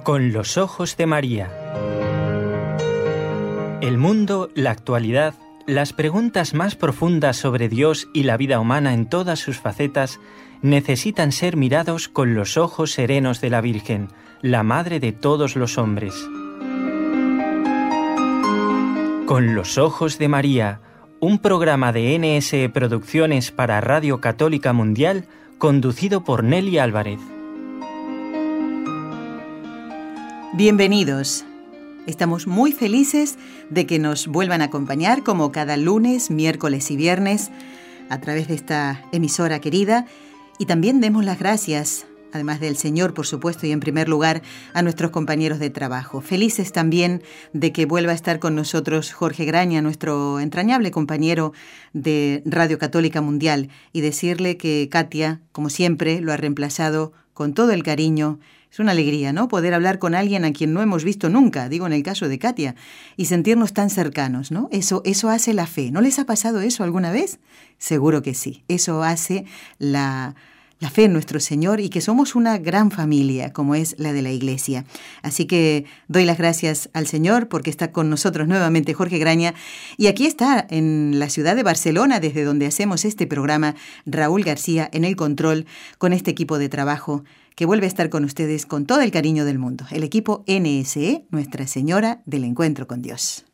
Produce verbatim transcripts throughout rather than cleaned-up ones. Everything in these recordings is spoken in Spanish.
Con los ojos de María. El mundo, la actualidad, las preguntas más profundas sobre Dios y la vida humana en todas sus facetas necesitan ser mirados con los ojos serenos de la Virgen, la Madre de todos los hombres. Con los ojos de María, un programa de N S E Producciones para Radio Católica Mundial, conducido por Nelly Álvarez. Bienvenidos. Estamos muy felices de que nos vuelvan a acompañar como cada lunes, miércoles y viernes a través de esta emisora querida, y también demos las gracias, además del Señor, por supuesto, y en primer lugar, a nuestros compañeros de trabajo. Felices también de que vuelva a estar con nosotros Jorge Graña, nuestro entrañable compañero de Radio Católica Mundial, y decirle que Katia, como siempre, lo ha reemplazado con todo el cariño. Es una alegría, ¿no?, poder hablar con alguien a quien no hemos visto nunca, digo en el caso de Katia, y sentirnos tan cercanos, ¿no? Eso, eso hace la fe. ¿No les ha pasado eso alguna vez? Seguro que sí. Eso hace la... la fe en nuestro Señor y que somos una gran familia, como es la de la Iglesia. Así que doy las gracias al Señor porque está con nosotros nuevamente Jorge Graña. Y aquí está, en la ciudad de Barcelona, desde donde hacemos este programa, Raúl García en el control, con este equipo de trabajo que vuelve a estar con ustedes con todo el cariño del mundo. El equipo N S E, Nuestra Señora del Encuentro con Dios.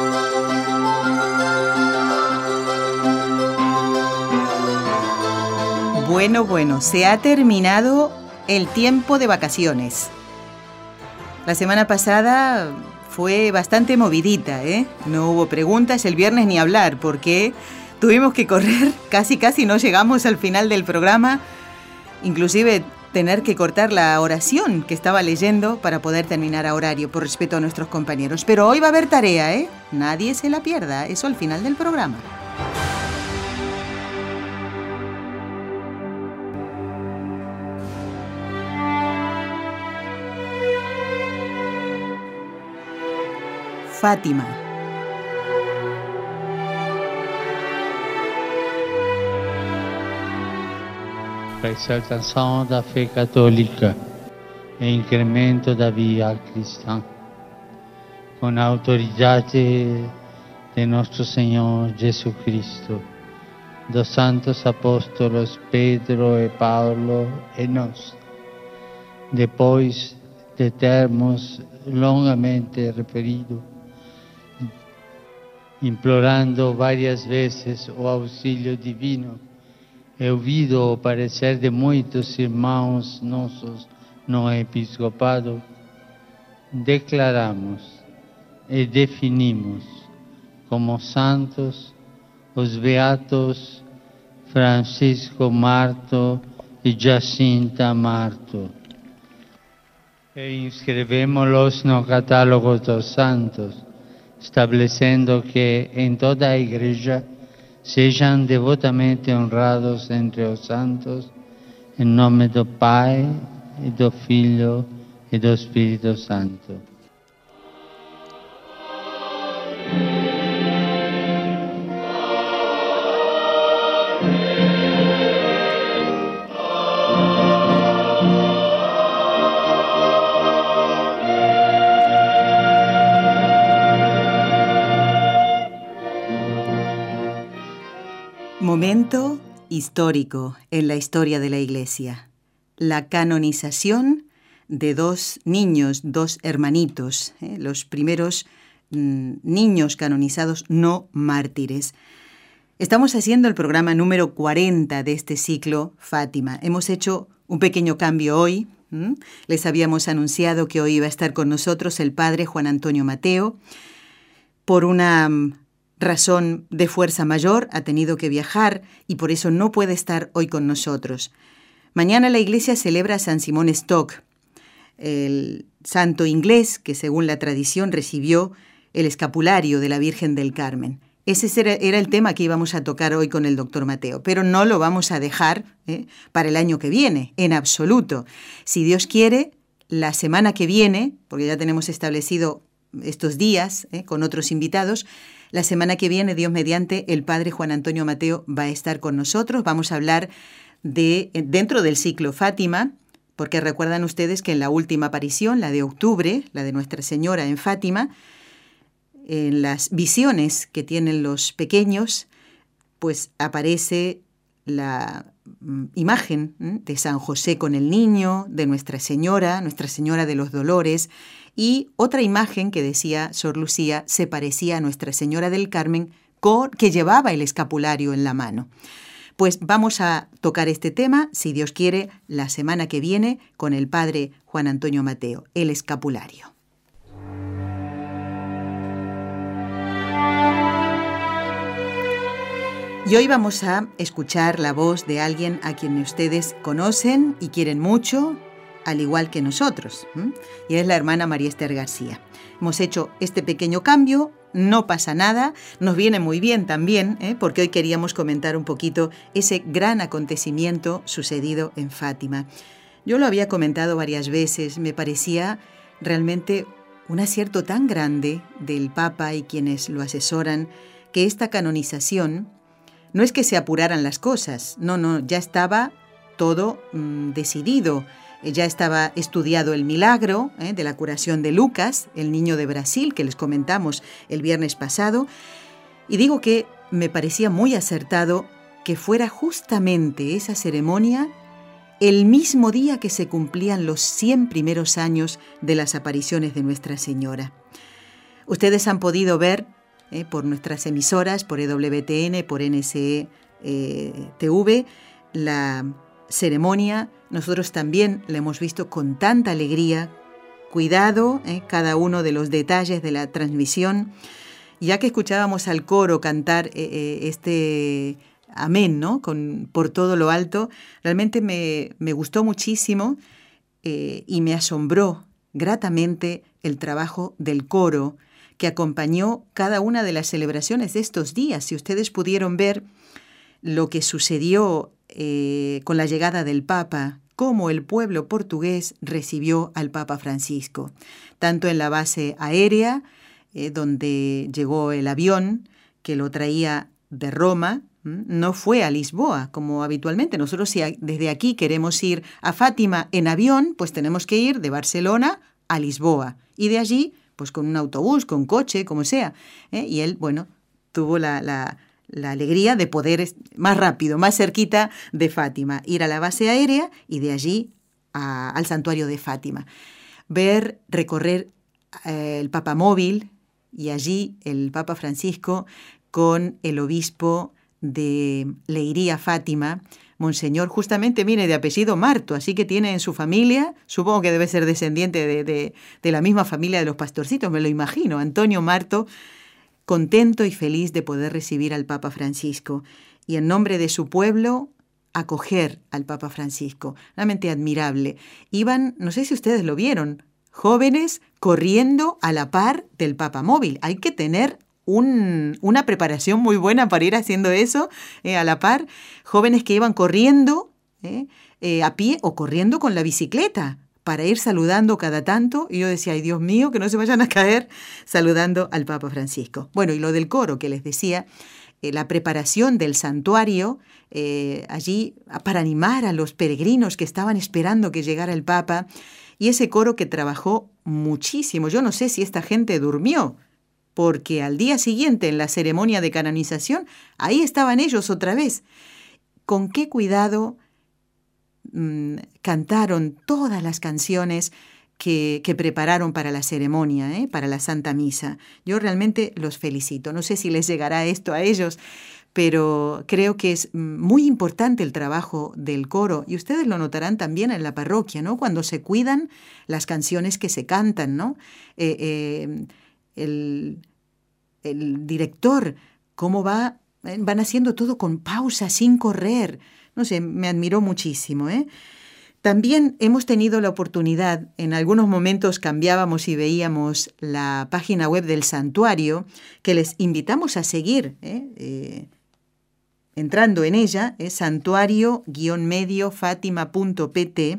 Bueno, bueno, se ha terminado el tiempo de vacaciones. La semana pasada fue bastante movidita, ¿eh? No hubo preguntas el viernes ni hablar, porque tuvimos que correr, casi casi no llegamos al final del programa, inclusive tener que cortar la oración que estaba leyendo para poder terminar a horario, por respeto a nuestros compañeros. Pero hoy va a haber tarea, ¿eh? Nadie se la pierda, eso al final del programa. Fátima. A exaltação da fé católica e incremento da vida cristã, com a autoridade de nosso Senhor Jesus Cristo, dos santos apóstolos Pedro e Paulo e nós, depois de termos longamente referido, implorando várias vezes o auxílio divino, e ouvido o parecer de muitos irmãos nossos no episcopado, declaramos e definimos como santos os beatos Francisco Marto e Jacinta Marto, e inscrevemos-los no catálogo dos santos, estabelecendo que em toda a Igreja sejam devotamente honrados entre os santos, em nome do Pai, e do Filho, e do Espírito Santo. Momento histórico en la historia de la Iglesia. La canonización de dos niños, dos hermanitos, ¿eh? los primeros mm, niños canonizados no mártires. Estamos haciendo el programa número cuarenta de este ciclo, Fátima. Hemos hecho un pequeño cambio hoy. ¿Mm? Les habíamos anunciado que hoy iba a estar con nosotros el padre Juan Antonio Mateo. Por una razón de fuerza mayor ha tenido que viajar y por eso no puede estar hoy con nosotros. Mañana la Iglesia celebra a San Simón Stock, el santo inglés que según la tradición recibió el escapulario de la Virgen del Carmen. Ese era el tema que íbamos a tocar hoy con el doctor Mateo, pero no lo vamos a dejar ¿eh? para el año que viene, en absoluto. Si Dios quiere, la semana que viene, porque ya tenemos establecido estos días ¿eh? con otros invitados, la semana que viene, Dios mediante, el padre Juan Antonio Mateo va a estar con nosotros. Vamos a hablar de, dentro del ciclo Fátima, porque recuerdan ustedes que en la última aparición, la de octubre, la de Nuestra Señora en Fátima, en las visiones que tienen los pequeños, pues aparece la mm, imagen ¿eh? de San José con el niño, de Nuestra Señora, Nuestra Señora de los Dolores, y otra imagen que decía Sor Lucía se parecía a Nuestra Señora del Carmen, con, que llevaba el escapulario en la mano. Pues vamos a tocar este tema, si Dios quiere, la semana que viene con el padre Juan Antonio Mateo, el escapulario. Y hoy vamos a escuchar la voz de alguien a quien ustedes conocen y quieren mucho, al igual que nosotros, ¿eh? Y es la hermana María Esther García. Hemos hecho este pequeño cambio. No pasa nada, nos viene muy bien también, ¿eh? porque hoy queríamos comentar un poquito ese gran acontecimiento sucedido en Fátima. Yo lo había comentado varias veces, me parecía realmente un acierto tan grande del Papa y quienes lo asesoran, que esta canonización no es que se apuraran las cosas, no, no, ya estaba todo mmm, decidido. Ya estaba estudiado el milagro ¿eh? de la curación de Lucas, el niño de Brasil, que les comentamos el viernes pasado. Y digo que me parecía muy acertado que fuera justamente esa ceremonia el mismo día que se cumplían los cien primeros años de las apariciones de Nuestra Señora. Ustedes han podido ver eh, por nuestras emisoras, por E W T N, por N S E eh, T V, la ceremonia. Nosotros también la hemos visto con tanta alegría, cuidado eh, cada uno de los detalles de la transmisión. Ya que escuchábamos al coro cantar eh, eh, este amén, ¿no? Con, por todo lo alto, realmente me, me gustó muchísimo eh, y me asombró gratamente el trabajo del coro que acompañó cada una de las celebraciones de estos días. Si ustedes pudieron ver lo que sucedió eh, con la llegada del Papa, cómo el pueblo portugués recibió al Papa Francisco, tanto en la base aérea, eh, donde llegó el avión que lo traía de Roma, ¿m? No fue a Lisboa, como habitualmente. Nosotros si a, desde aquí queremos ir a Fátima en avión, pues tenemos que ir de Barcelona a Lisboa, y de allí, pues con un autobús, con coche, como sea. ¿eh? Y él, bueno, tuvo la... la la alegría de poder más rápido, más cerquita de Fátima, ir a la base aérea y de allí a, al santuario de Fátima. Ver, recorrer eh, el papamóvil y allí el Papa Francisco con el obispo de Leiría, Fátima, Monseñor, justamente, mire, de apellido Marto, así que tiene en su familia, supongo que debe ser descendiente de, de, de la misma familia de los pastorcitos, me lo imagino, Antonio Marto, contento y feliz de poder recibir al Papa Francisco y en nombre de su pueblo acoger al Papa Francisco. Realmente admirable. Iban, no sé si ustedes lo vieron, jóvenes corriendo a la par del papamóvil. Hay que tener un, una preparación muy buena para ir haciendo eso eh, a la par. Jóvenes que iban corriendo eh, eh, a pie o corriendo con la bicicleta, para ir saludando cada tanto, y yo decía, ay Dios mío, que no se vayan a caer saludando al Papa Francisco. Bueno, y lo del coro que les decía, eh, la preparación del santuario eh, allí para animar a los peregrinos que estaban esperando que llegara el Papa, y ese coro que trabajó muchísimo. Yo no sé si esta gente durmió, porque al día siguiente, en la ceremonia de canonización, ahí estaban ellos otra vez. Con qué cuidado cantaron todas las canciones que, que prepararon para la ceremonia, ¿eh? para la Santa Misa. Yo realmente los felicito. No sé si les llegará esto a ellos, pero creo que es muy importante el trabajo del coro, y ustedes lo notarán también en la parroquia, ¿no? Cuando se cuidan las canciones que se cantan, ¿no? Eh, eh, el, el director, cómo va, van haciendo todo con pausa, sin correr. No sé, me admiró muchísimo, ¿eh? También hemos tenido la oportunidad, en algunos momentos cambiábamos y veíamos la página web del santuario, que les invitamos a seguir, ¿eh? Eh, entrando en ella, es santuario medio fátima punto p t.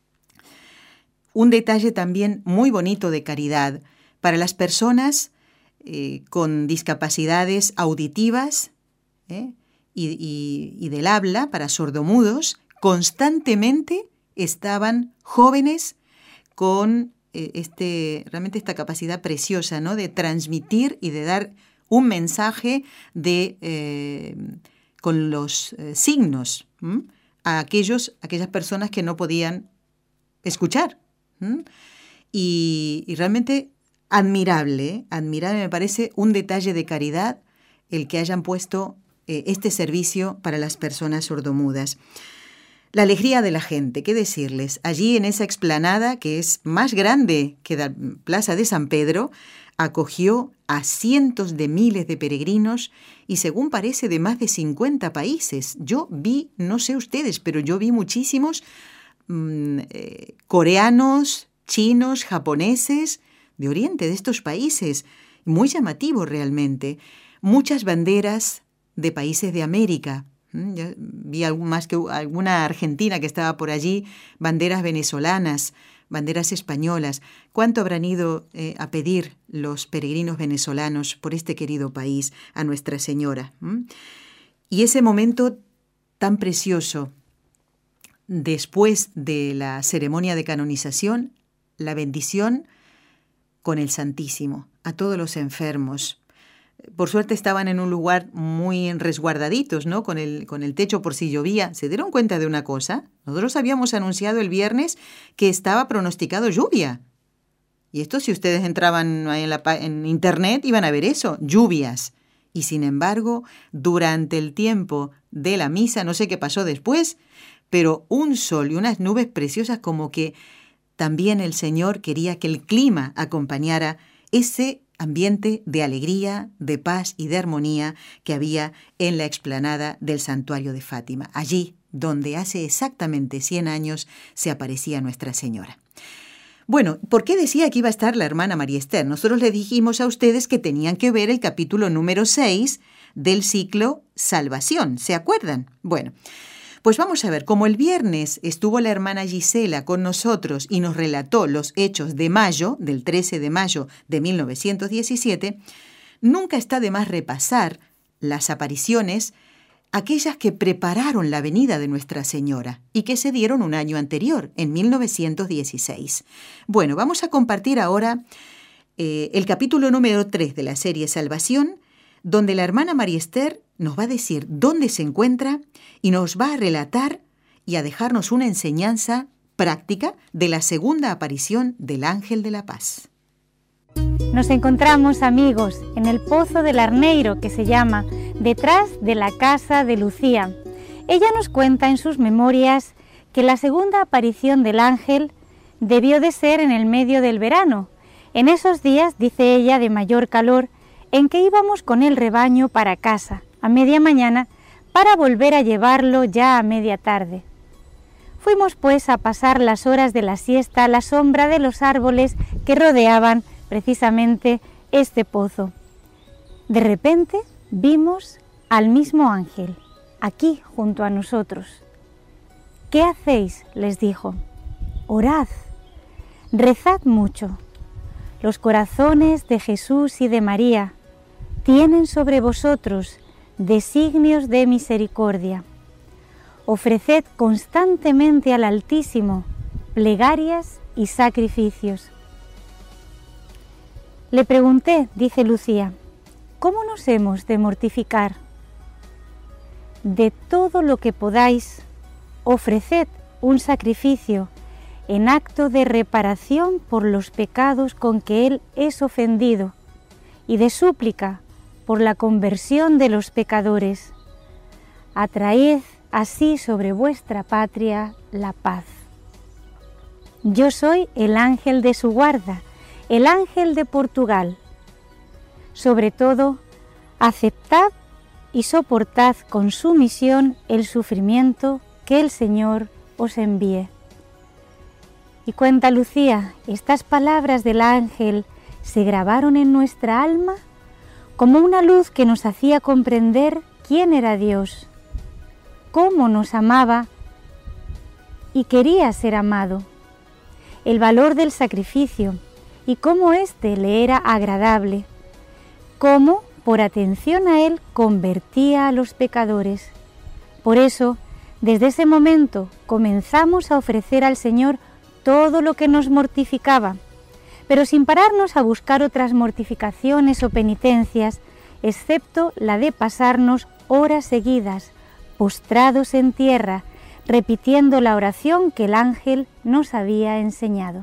Un detalle también muy bonito de caridad para las personas eh, con discapacidades auditivas, ¿eh? Y, y, y del habla para sordomudos. Constantemente estaban jóvenes con eh, este, realmente esta capacidad preciosa, ¿no?, de transmitir y de dar un mensaje de, eh, con los eh, signos ¿m? a aquellos, aquellas personas que no podían escuchar. ¿m? Y, y realmente admirable, admirable, me parece un detalle de caridad el que hayan puesto eh, este servicio para las personas sordomudas. La alegría de la gente, ¿qué decirles? Allí en esa explanada, que es más grande que la Plaza de San Pedro, acogió a cientos de miles de peregrinos y, según parece, de más de cincuenta países. Yo vi, no sé ustedes, pero yo vi muchísimos mmm, eh, coreanos, chinos, japoneses, de Oriente, de estos países. Muy llamativo realmente. Muchas banderas de países de América. Ya vi algún, más que alguna argentina que estaba por allí, banderas venezolanas, banderas españolas. ¿Cuánto habrán ido eh, a pedir los peregrinos venezolanos por este querido país a Nuestra Señora? ¿Mm? Y ese momento tan precioso, después de la ceremonia de canonización, la bendición con el Santísimo a todos los enfermos. Por suerte estaban en un lugar muy resguardaditos, ¿no?, con el, con el techo por si llovía. ¿Se dieron cuenta de una cosa? Nosotros habíamos anunciado el viernes que estaba pronosticado lluvia. Y esto, si ustedes entraban en, la, en internet, iban a ver eso, lluvias. Y sin embargo, durante el tiempo de la misa, no sé qué pasó después, pero un sol y unas nubes preciosas, como que también el Señor quería que el clima acompañara ese ambiente de alegría, de paz y de armonía que había en la explanada del santuario de Fátima, allí donde hace exactamente cien años se aparecía Nuestra Señora. Bueno, ¿por qué decía que iba a estar la hermana María Esther? Nosotros le dijimos a ustedes que tenían que ver el capítulo número seis del ciclo Salvación, ¿se acuerdan? Bueno, pues vamos a ver, como el viernes estuvo la hermana Gisela con nosotros y nos relató los hechos de mayo, del trece de mayo de mil novecientos diecisiete, nunca está de más repasar las apariciones, aquellas que prepararon la venida de Nuestra Señora y que se dieron un año anterior, en mil novecientos dieciséis. Bueno, vamos a compartir ahora eh, el capítulo número tres de la serie Salvación, donde la hermana María Esther nos va a decir dónde se encuentra y nos va a relatar y a dejarnos una enseñanza práctica de la segunda aparición del Ángel de la Paz. Nos encontramos, amigos, en el Pozo del Arneiro, que se llama Detrás de la Casa de Lucía. Ella nos cuenta en sus memorias que la segunda aparición del ángel debió de ser en el medio del verano. En esos días, dice ella, de mayor calor, en que íbamos con el rebaño para casa, a media mañana, para volver a llevarlo ya a media tarde. Fuimos pues a pasar las horas de la siesta a la sombra de los árboles que rodeaban precisamente este pozo. De repente vimos al mismo ángel, aquí junto a nosotros. ¿Qué hacéis?, les dijo. Orad, rezad mucho. Los corazones de Jesús y de María tienen sobre vosotros designios de misericordia. Ofreced constantemente al Altísimo plegarias y sacrificios. Le pregunté, dice Lucía, ¿cómo nos hemos de mortificar? De todo lo que podáis, ofreced un sacrificio en acto de reparación por los pecados con que Él es ofendido y de súplica por la conversión de los pecadores. Atraed así sobre vuestra patria la paz. Yo soy el ángel de su guarda, el ángel de Portugal. Sobre todo, aceptad y soportad con sumisión el sufrimiento que el Señor os envíe. Y cuenta Lucía, estas palabras del ángel se grabaron en nuestra alma como una luz que nos hacía comprender quién era Dios, cómo nos amaba y quería ser amado, el valor del sacrificio y cómo éste le era agradable, cómo, por atención a Él, convertía a los pecadores. Por eso, Desde ese momento comenzamos a ofrecer al Señor todo lo que nos mortificaba, pero sin pararnos a buscar otras mortificaciones o penitencias, excepto la de pasarnos horas seguidas, postrados en tierra, repitiendo la oración que el ángel nos había enseñado.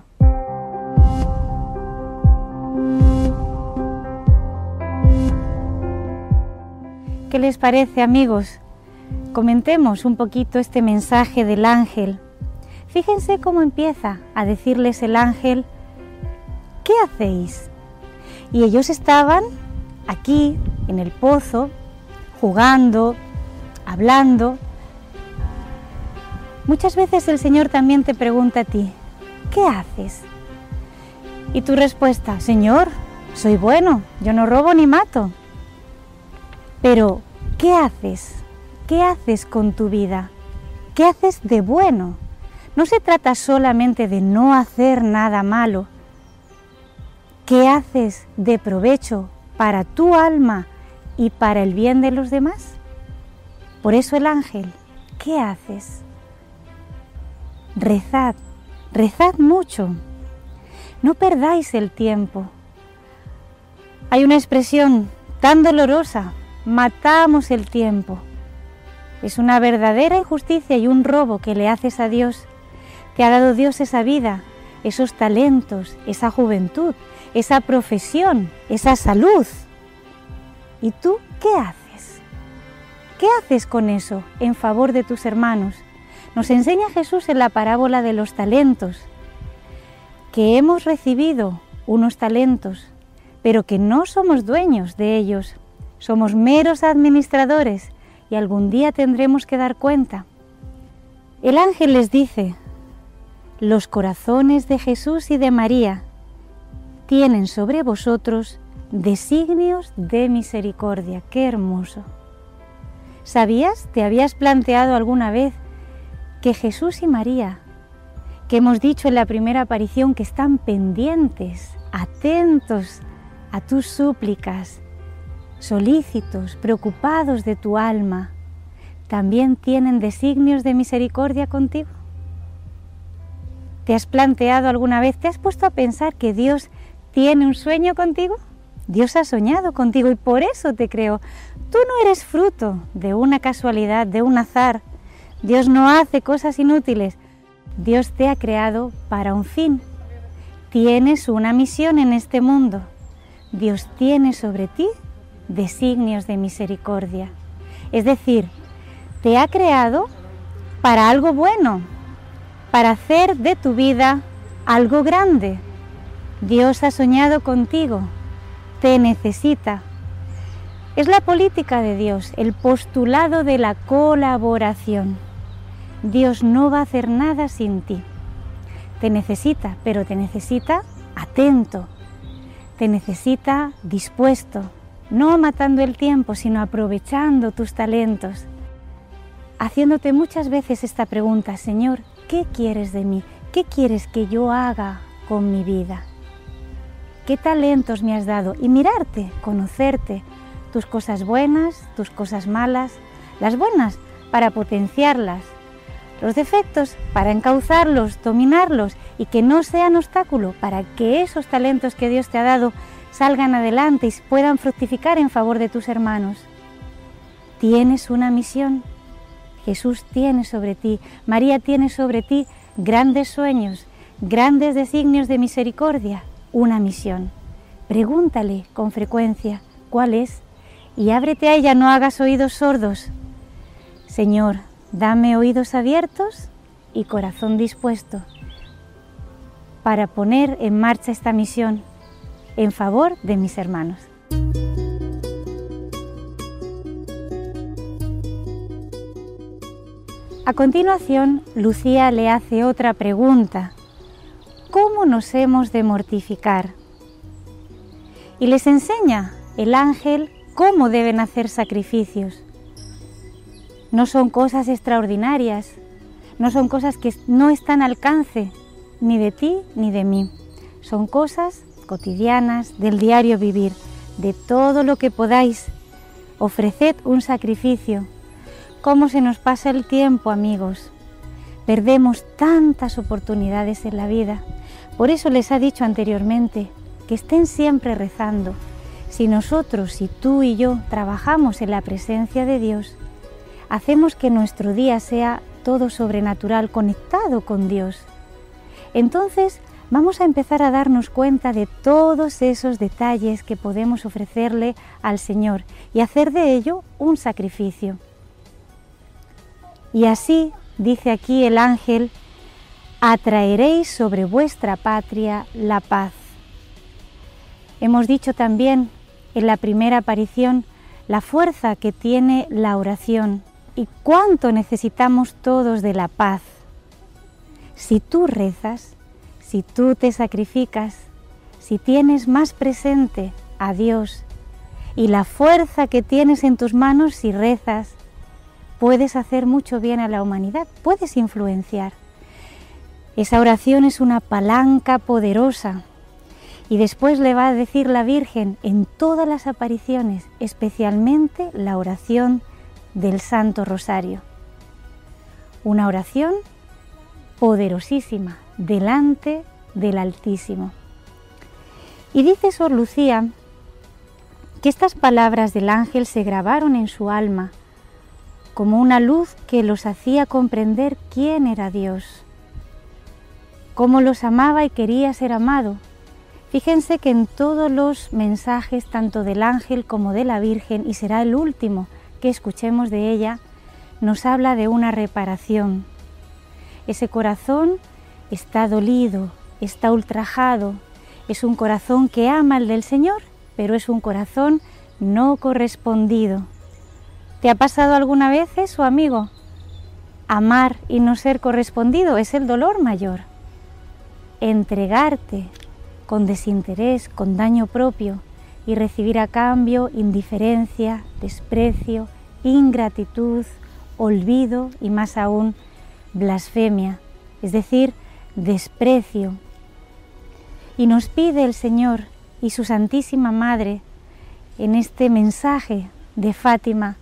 ¿Qué les parece, amigos? Comentemos un poquito este mensaje del ángel. Fíjense cómo empieza a decirles el ángel: ¿qué hacéis? Y ellos estaban aquí, en el pozo, jugando, hablando. Muchas veces el Señor también te pregunta a ti: ¿qué haces? Y tu respuesta: Señor, soy bueno, yo no robo ni mato. Pero, ¿qué haces? ¿Qué haces con tu vida? ¿Qué haces de bueno? No se trata solamente de no hacer nada malo. ¿Qué haces de provecho para tu alma y para el bien de los demás? Por eso el ángel: ¿qué haces? Rezad, rezad mucho. No perdáis el tiempo. Hay una expresión tan dolorosa: matamos el tiempo. Es una verdadera injusticia y un robo que le haces a Dios. Te ha dado Dios esa vida, esos talentos, esa juventud, esa profesión, esa salud. ¿Y tú qué haces? ¿Qué haces con eso en favor de tus hermanos? Nos enseña Jesús en la parábola de los talentos, que hemos recibido unos talentos, pero que no somos dueños de ellos. Somos meros administradores y algún día tendremos que dar cuenta. El ángel les dice: los corazones de Jesús y de María tienen sobre vosotros designios de misericordia. ¡Qué hermoso! ¿Sabías, te habías planteado alguna vez que Jesús y María, que hemos dicho en la primera aparición que están pendientes, atentos a tus súplicas, solícitos, preocupados de tu alma, también tienen designios de misericordia contigo? ¿Te has planteado alguna vez, te has puesto a pensar que Dios tiene un sueño contigo? Dios ha soñado contigo y por eso te creó. Tú no eres fruto de una casualidad, de un azar. Dios no hace cosas inútiles. Dios te ha creado para un fin. Tienes una misión en este mundo. Dios tiene sobre ti designios de misericordia. Es decir, te ha creado para algo bueno, para hacer de tu vida algo grande. Dios ha soñado contigo, te necesita. Es la política de Dios, el postulado de la colaboración. Dios no va a hacer nada sin ti. Te necesita, pero te necesita atento, te necesita dispuesto, no matando el tiempo, sino aprovechando tus talentos, haciéndote muchas veces esta pregunta: Señor, ¿qué quieres de mí? ¿Qué quieres que yo haga con mi vida? ¿Qué talentos me has dado? Y mirarte, conocerte, tus cosas buenas, tus cosas malas, las buenas para potenciarlas, los defectos para encauzarlos, dominarlos y que no sean obstáculo para que esos talentos que Dios te ha dado salgan adelante y puedan fructificar en favor de tus hermanos. Tienes una misión. Jesús tiene sobre ti, María tiene sobre ti grandes sueños, grandes designios de misericordia, una misión. Pregúntale con frecuencia cuál es y ábrete a ella, no hagas oídos sordos. Señor, dame oídos abiertos y corazón dispuesto para poner en marcha esta misión en favor de mis hermanos. A continuación, Lucía le hace otra pregunta: ¿cómo nos hemos de mortificar? Y les enseña el ángel cómo deben hacer sacrificios. No son cosas extraordinarias, no son cosas que no están al alcance ni de ti ni de mí. Son cosas cotidianas del diario vivir. De todo lo que podáis, ofreced un sacrificio, ¿Cómo se nos pasa el tiempo, amigos? Perdemos tantas oportunidades en la vida. Por eso les ha dicho anteriormente que estén siempre rezando. Si nosotros, si tú y yo trabajamos en la presencia de Dios, hacemos que nuestro día sea todo sobrenatural, conectado con Dios. Entonces vamos a empezar a darnos cuenta de todos esos detalles que podemos ofrecerle al Señor y hacer de ello un sacrificio. Y así, dice aquí el ángel, atraeréis sobre vuestra patria la paz. Hemos dicho también en la primera aparición la fuerza que tiene la oración y cuánto necesitamos todos de la paz. Si tú rezas, si tú te sacrificas, si tienes más presente a Dios y la fuerza que tienes en tus manos si rezas, puedes hacer mucho bien a la humanidad, puedes influenciar. Esa oración es una palanca poderosa. Y después le va a decir la Virgen en todas las apariciones, especialmente la oración del Santo Rosario. Una oración poderosísima, delante del Altísimo. Y dice Sor Lucía que estas palabras del ángel se grabaron en su alma como una luz que los hacía comprender quién era Dios, cómo los amaba y quería ser amado. Fíjense que en todos los mensajes, tanto del ángel como de la Virgen, y será el último que escuchemos de ella, nos habla de una reparación. Ese corazón está dolido, está ultrajado, es un corazón que ama al del Señor, pero es un corazón no correspondido. ¿Te ha pasado alguna vez eso, amigo? Amar y no ser correspondido es el dolor mayor. Entregarte con desinterés, con daño propio, y recibir a cambio indiferencia, desprecio, ingratitud, olvido y más aún blasfemia, es decir, desprecio. Y nos pide el Señor y su Santísima Madre en este mensaje de Fátima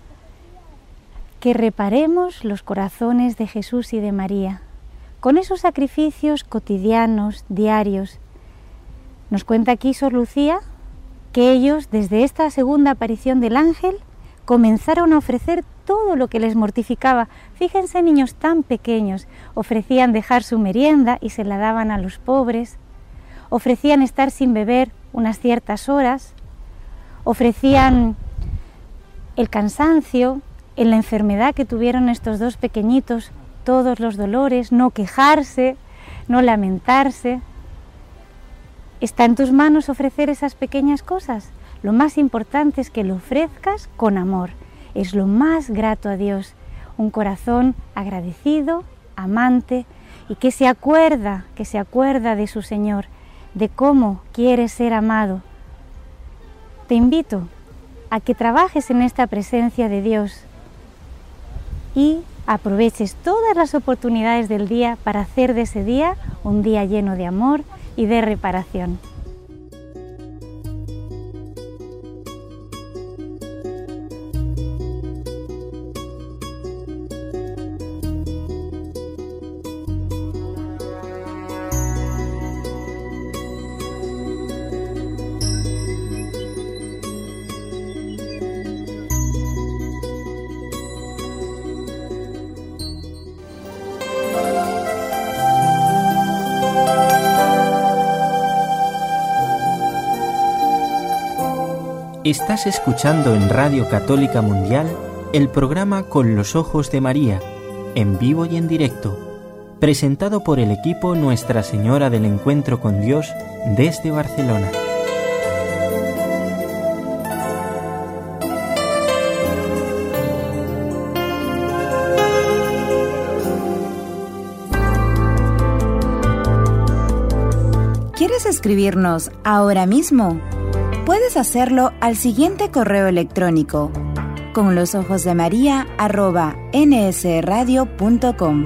que reparemos los corazones de Jesús y de María con esos sacrificios cotidianos, diarios. Nos cuenta aquí Sor Lucía que ellos, desde esta segunda aparición del ángel, comenzaron a ofrecer todo lo que les mortificaba. Fíjense, niños tan pequeños, ofrecían dejar su merienda y se la daban a los pobres, ofrecían estar sin beber unas ciertas horas, ofrecían el cansancio, en la enfermedad que tuvieron estos dos pequeñitos, todos los dolores, no quejarse, no lamentarse. Está en tus manos ofrecer esas pequeñas cosas. Lo más importante es que lo ofrezcas con amor. Es lo más grato a Dios. Un corazón agradecido, amante y que se acuerda, que se acuerda de su Señor, de cómo quiere ser amado. Te invito a que trabajes en esta presencia de Dios y aproveches todas las oportunidades del día para hacer de ese día un día lleno de amor y de reparación. Estás escuchando en Radio Católica Mundial el programa Con los Ojos de María, en vivo y en directo, presentado por el equipo Nuestra Señora del Encuentro con Dios desde Barcelona. ¿Quieres escribirnos ahora mismo? Puedes hacerlo al siguiente correo electrónico: con los ojos de María arroba n s radio punto com.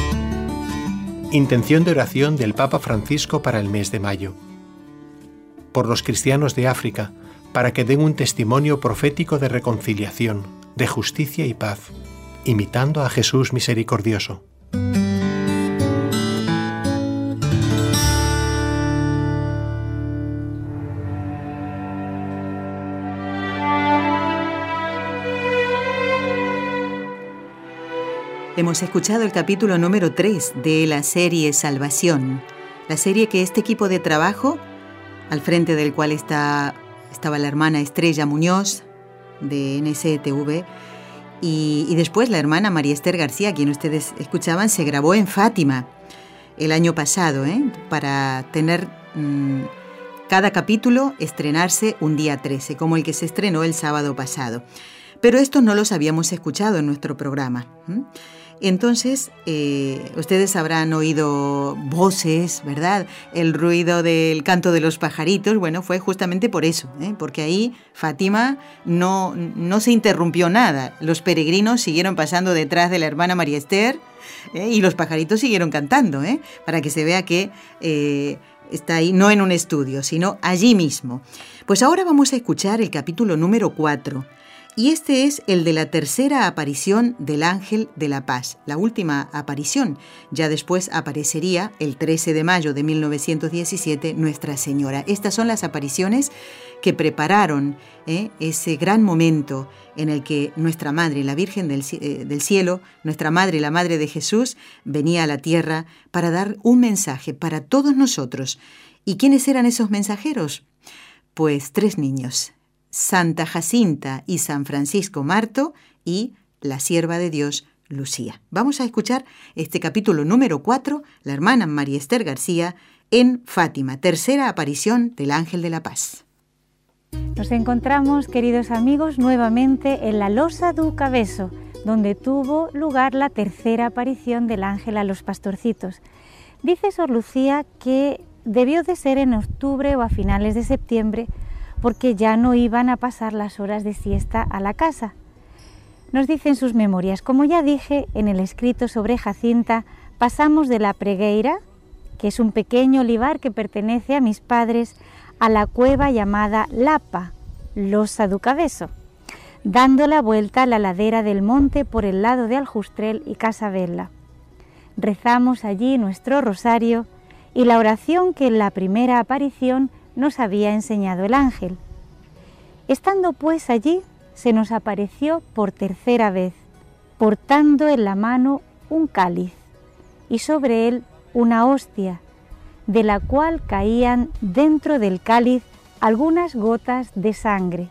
Intención de oración del Papa Francisco para el mes de mayo. por los cristianos de África, para que den un testimonio profético de reconciliación, de justicia y paz, imitando a Jesús misericordioso. Hemos escuchado el capítulo número tres de la serie Salvación, la serie que este equipo de trabajo, al frente del cual está, estaba la hermana Estrella Muñoz de N S T V y, y después la hermana María Esther García, quien ustedes escuchaban, se grabó en Fátima el año pasado, ¿eh? para tener mmm, cada capítulo estrenarse un día trece, como el que se estrenó el sábado pasado. Pero estos no los habíamos escuchado en nuestro programa. ¿Mm? Entonces, eh, ustedes habrán oído voces, ¿verdad? El ruido del canto de los pajaritos, bueno, fue justamente por eso, ¿eh? Porque ahí Fátima no, no se interrumpió nada. Los peregrinos siguieron pasando detrás de la hermana María Esther, ¿eh? y los pajaritos siguieron cantando, ¿eh? Para que se vea que eh, está ahí, no en un estudio, sino allí mismo. Pues ahora vamos a escuchar el capítulo número cuatro. Y este es el de la tercera aparición del Ángel de la Paz, la última aparición. Ya después aparecería el trece de mayo de mil novecientos diecisiete Nuestra Señora. Estas son las apariciones que prepararon ¿eh? ese gran momento en el que nuestra Madre, la Virgen del, eh, del Cielo, nuestra Madre, la Madre de Jesús, venía a la tierra para dar un mensaje para todos nosotros. ¿Y quiénes eran esos mensajeros? Pues tres niños. Santa Jacinta y San Francisco Marto y la sierva de Dios, Lucía. Vamos a escuchar este capítulo número cuatro, la hermana María Esther García, en Fátima, tercera aparición del Ángel de la Paz. Nos encontramos, queridos amigos, nuevamente en la Losa du Cabezo, donde tuvo lugar la tercera aparición del ángel a los pastorcitos. Dice Sor Lucía que debió de ser en octubre o a finales de septiembre, porque ya no iban a pasar las horas de siesta a la casa. Nos dice en sus memorias, como ya dije en el escrito sobre Jacinta, pasamos de la Pregueira, que es un pequeño olivar que pertenece a mis padres, a la cueva llamada Lapa, Losa du Cabezo, dando la vuelta a la ladera del monte por el lado de Aljustrel y Casabella. Rezamos allí nuestro rosario y la oración que en la primera aparición nos había enseñado el ángel. Estando pues allí, se nos apareció por tercera vez, portando en la mano un cáliz, y sobre él una hostia, de la cual caían dentro del cáliz algunas gotas de sangre.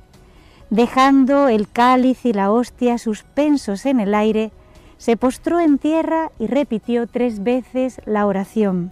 Dejando el cáliz y la hostia suspensos en el aire, se postró en tierra y repitió tres veces la oración: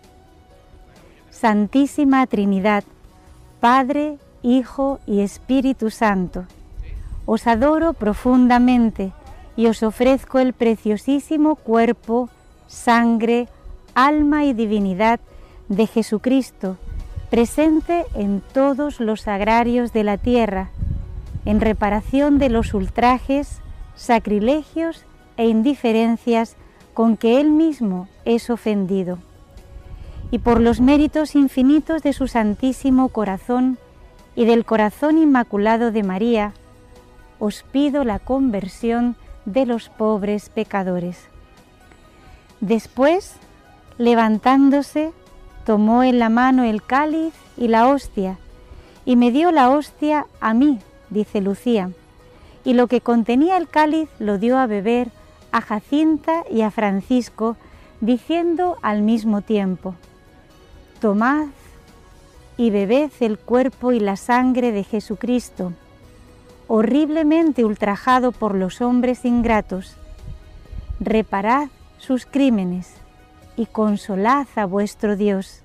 Santísima Trinidad, Padre, Hijo y Espíritu Santo, os adoro profundamente y os ofrezco el preciosísimo cuerpo, sangre, alma y divinidad de Jesucristo, presente en todos los sagrarios de la tierra, en reparación de los ultrajes, sacrilegios e indiferencias con que Él mismo es ofendido. Y por los méritos infinitos de su Santísimo Corazón y del Corazón Inmaculado de María, os pido la conversión de los pobres pecadores. Después, levantándose, tomó en la mano el cáliz y la hostia, y me dio la hostia a mí, dice Lucía, y lo que contenía el cáliz lo dio a beber a Jacinta y a Francisco, diciendo al mismo tiempo: Tomad y bebed el cuerpo y la sangre de Jesucristo, horriblemente ultrajado por los hombres ingratos. Reparad sus crímenes y consolad a vuestro Dios.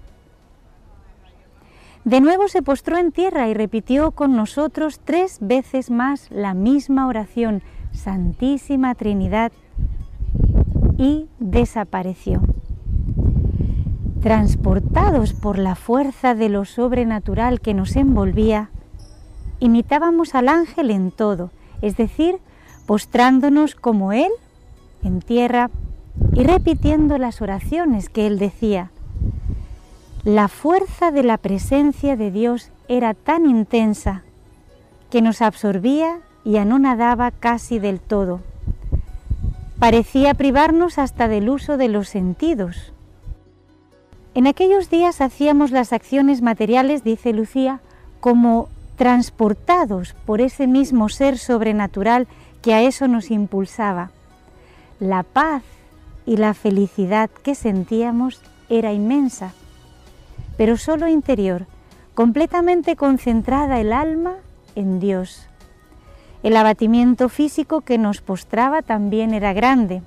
De nuevo se postró en tierra y repitió con nosotros tres veces más la misma oración, Santísima Trinidad, y desapareció. Transportados por la fuerza de lo sobrenatural que nos envolvía, imitábamos al ángel en todo, es decir, postrándonos como él en tierra y repitiendo las oraciones que él decía. La fuerza de la presencia de Dios era tan intensa que nos absorbía y anonadaba casi del todo. Parecía privarnos hasta del uso de los sentidos. En aquellos días hacíamos las acciones materiales, dice Lucía, como transportados por ese mismo ser sobrenatural que a eso nos impulsaba. La paz y la felicidad que sentíamos era inmensa, pero solo interior, completamente concentrada el alma en Dios. El abatimiento físico que nos postraba también era grande.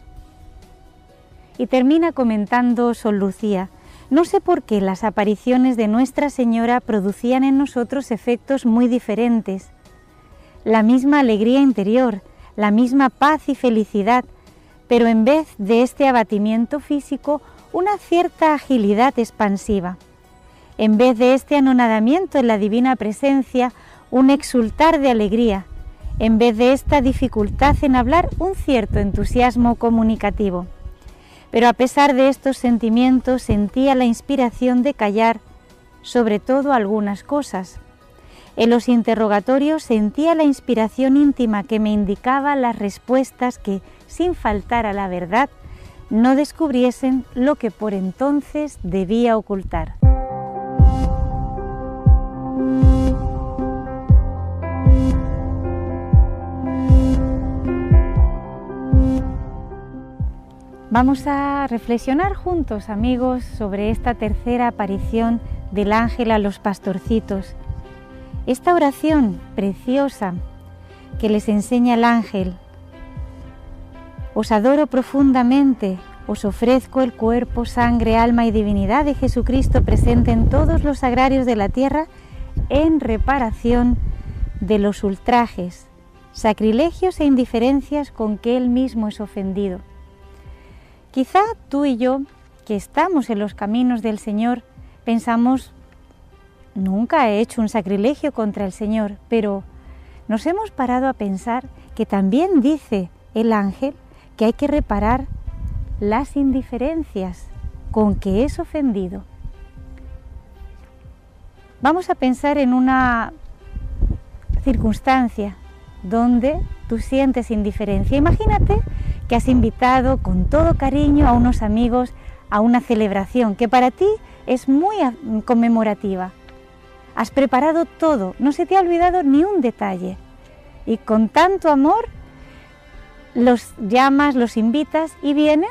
Y termina comentando Sor Lucía: no sé por qué las apariciones de Nuestra Señora producían en nosotros efectos muy diferentes. La misma alegría interior, la misma paz y felicidad, pero en vez de este abatimiento físico, una cierta agilidad expansiva. En vez de este anonadamiento en la divina presencia, un exultar de alegría. En vez de esta dificultad en hablar, un cierto entusiasmo comunicativo. Pero a pesar de estos sentimientos, sentía la inspiración de callar, sobre todo algunas cosas. En los interrogatorios sentía la inspiración íntima que me indicaba las respuestas que, sin faltar a la verdad, no descubriesen lo que por entonces debía ocultar. Vamos a reflexionar juntos, amigos, sobre esta tercera aparición del ángel a los pastorcitos. Esta oración preciosa que les enseña el ángel: os adoro profundamente, os ofrezco el cuerpo, sangre, alma y divinidad de Jesucristo presente en todos los sagrarios de la tierra en reparación de los ultrajes, sacrilegios e indiferencias con que Él mismo es ofendido. Quizá tú y yo, que estamos en los caminos del Señor, pensamos: nunca he hecho un sacrilegio contra el Señor, pero nos hemos parado a pensar que también dice el ángel que hay que reparar las indiferencias con que es ofendido. Vamos a pensar en una circunstancia donde tú sientes indiferencia. Imagínate que has invitado con todo cariño a unos amigos a una celebración que para ti es muy conmemorativa. Has preparado todo, no se te ha olvidado ni un detalle. Y con tanto amor los llamas, los invitas y vienen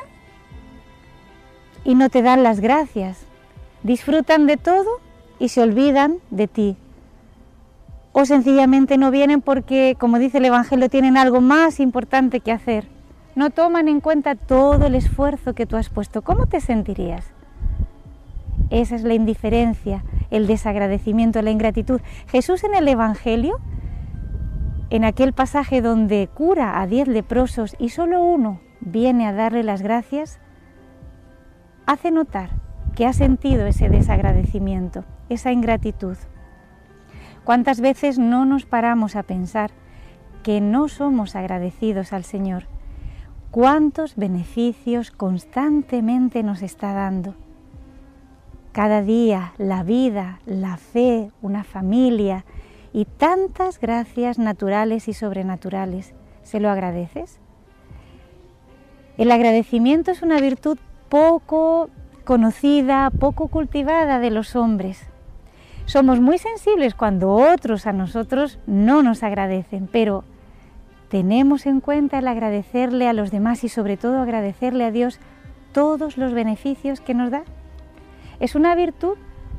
y no te dan las gracias. Disfrutan de todo y se olvidan de ti. O sencillamente no vienen porque, como dice el Evangelio, tienen algo más importante que hacer. No toman en cuenta todo el esfuerzo que tú has puesto. ¿Cómo te sentirías? Esa es la indiferencia, el desagradecimiento, la ingratitud. Jesús en el Evangelio, en aquel pasaje donde cura a diez leprosos y solo uno viene a darle las gracias, hace notar que ha sentido ese desagradecimiento, esa ingratitud. ¿Cuántas veces no nos paramos a pensar que no somos agradecidos al Señor? ¿Cuántos beneficios constantemente nos está dando? Cada día, la vida, la fe, una familia y tantas gracias naturales y sobrenaturales. ¿Se lo agradeces? El agradecimiento es una virtud poco conocida, poco cultivada de los hombres. Somos muy sensibles cuando otros a nosotros no nos agradecen, pero tenemos en cuenta el agradecerle a los demás y sobre todo agradecerle a Dios todos los beneficios que nos da. Es una virtud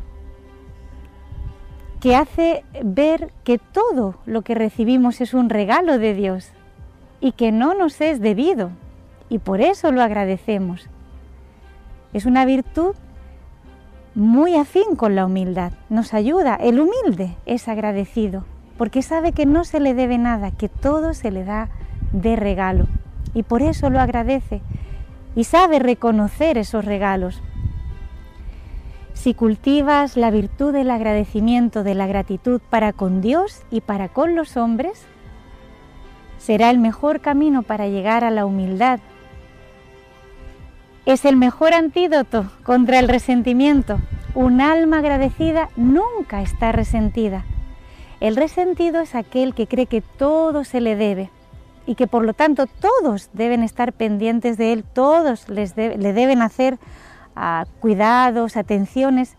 que hace ver que todo lo que recibimos es un regalo de Dios y que no nos es debido y por eso lo agradecemos. Es una virtud muy afín con la humildad, nos ayuda. El humilde es agradecido porque sabe que no se le debe nada, que todo se le da de regalo y por eso lo agradece y sabe reconocer esos regalos. Si cultivas la virtud del agradecimiento, de la gratitud para con Dios y para con los hombres, será el mejor camino para llegar a la humildad. Es el mejor antídoto contra el resentimiento. Un alma agradecida nunca está resentida. El resentido es aquel que cree que todo se le debe y que por lo tanto todos deben estar pendientes de él, todos les de, le deben hacer uh, cuidados, atenciones,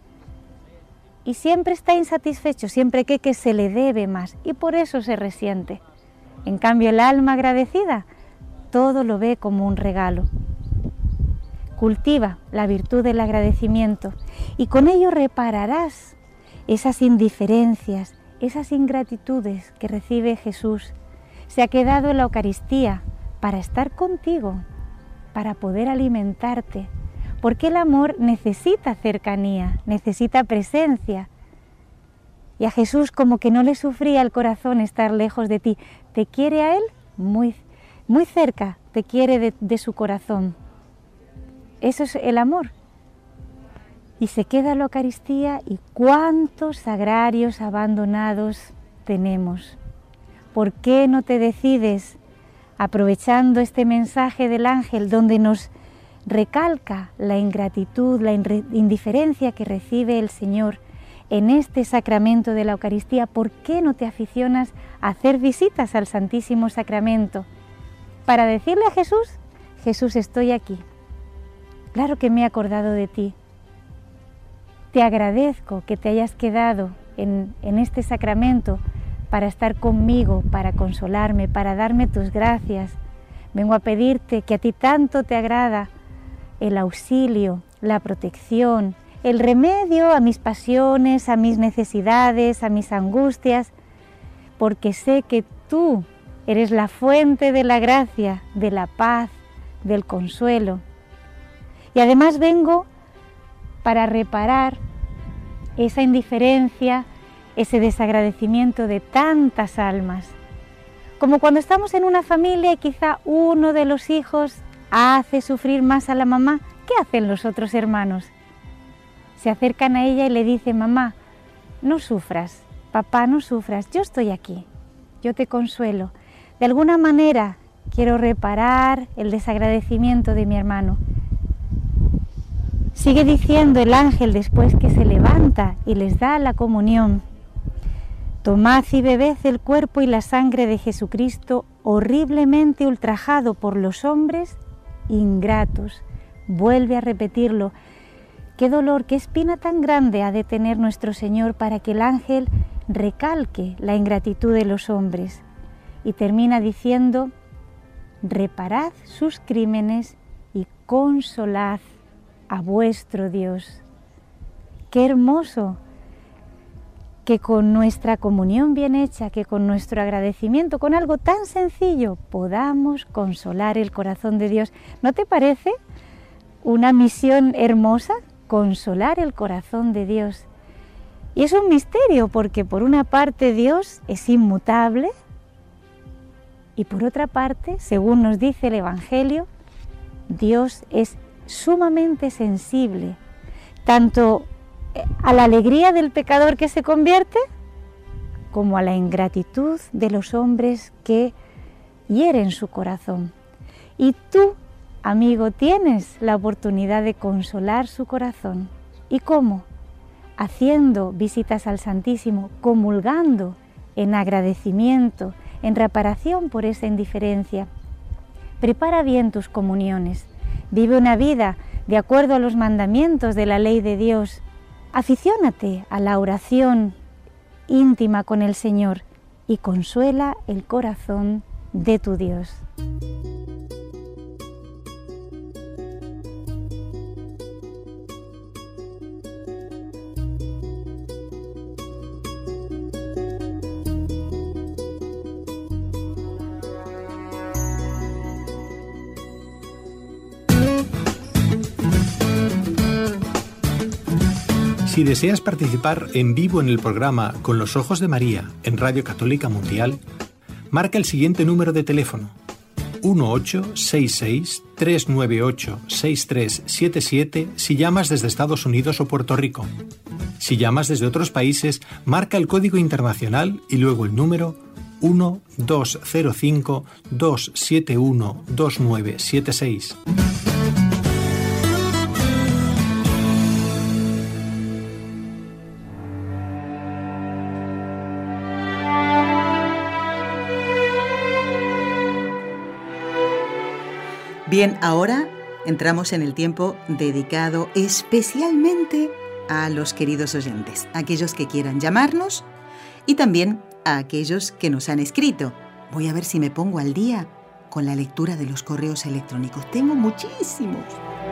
y siempre está insatisfecho, siempre cree que se le debe más y por eso se resiente. En cambio, el alma agradecida todo lo ve como un regalo. Cultiva la virtud del agradecimiento y con ello repararás esas indiferencias, esas ingratitudes que recibe Jesús. Se ha quedado en la Eucaristía para estar contigo, para poder alimentarte, porque el amor necesita cercanía, necesita presencia. Y a Jesús como que no le sufría el corazón estar lejos de ti. Te quiere a Él muy, muy cerca, te quiere de, de su corazón. Eso es el amor. Y se queda la Eucaristía y cuántos sagrarios abandonados tenemos. ¿Por qué no te decides, aprovechando este mensaje del ángel donde nos recalca la ingratitud, la indiferencia que recibe el Señor en este sacramento de la Eucaristía, ¿por qué no te aficionas a hacer visitas al Santísimo Sacramento? Para decirle a Jesús, Jesús, estoy aquí. Claro que me he acordado de ti. Te agradezco que te hayas quedado en, en este sacramento para estar conmigo, para consolarme, para darme tus gracias. Vengo a pedirte que a ti tanto te agrada el auxilio, la protección, el remedio a mis pasiones, a mis necesidades, a mis angustias, porque sé que tú eres la fuente de la gracia, de la paz, del consuelo. Y además vengo para reparar esa indiferencia, ese desagradecimiento de tantas almas. Como cuando estamos en una familia y quizá uno de los hijos hace sufrir más a la mamá, ¿qué hacen los otros hermanos? Se acercan a ella y le dicen, mamá, no sufras, papá, no sufras, yo estoy aquí, yo te consuelo. De alguna manera quiero reparar el desagradecimiento de mi hermano. Sigue diciendo el ángel después que se levanta y les da la comunión. Tomad y bebed el cuerpo y la sangre de Jesucristo, horriblemente ultrajado por los hombres ingratos. Vuelve a repetirlo. Qué dolor, qué espina tan grande ha de tener nuestro Señor para que el ángel recalque la ingratitud de los hombres. Y termina diciendo, reparad sus crímenes y consolad a vuestro Dios. Qué hermoso que con nuestra comunión bien hecha, que con nuestro agradecimiento, con algo tan sencillo, podamos consolar el corazón de Dios. ¿No te parece una misión hermosa? Consolar el corazón de Dios. Y es un misterio porque por una parte Dios es inmutable y por otra parte, según nos dice el Evangelio, Dios es sumamente sensible, tanto a la alegría del pecador que se convierte, como a la ingratitud de los hombres que hieren su corazón. Y tú, amigo, tienes la oportunidad de consolar su corazón. ¿Y cómo? Haciendo visitas al Santísimo, comulgando en agradecimiento, en reparación por esa indiferencia. Prepara bien tus comuniones. Vive una vida de acuerdo a los mandamientos de la ley de Dios. Aficiónate a la oración íntima con el Señor y consuela el corazón de tu Dios. Si deseas participar en vivo en el programa Con los Ojos de María en Radio Católica Mundial, marca el siguiente número de teléfono: uno ocho seis seis, tres nueve ocho, seis tres siete siete si llamas desde Estados Unidos o Puerto Rico. Si llamas desde otros países, marca el código internacional y luego el número uno dos cero cinco, dos siete uno, dos nueve siete seis. Bien, ahora entramos en el tiempo dedicado especialmente a los queridos oyentes, a aquellos que quieran llamarnos y también a aquellos que nos han escrito. Voy a ver si me pongo al día con la lectura de los correos electrónicos. Tengo muchísimos.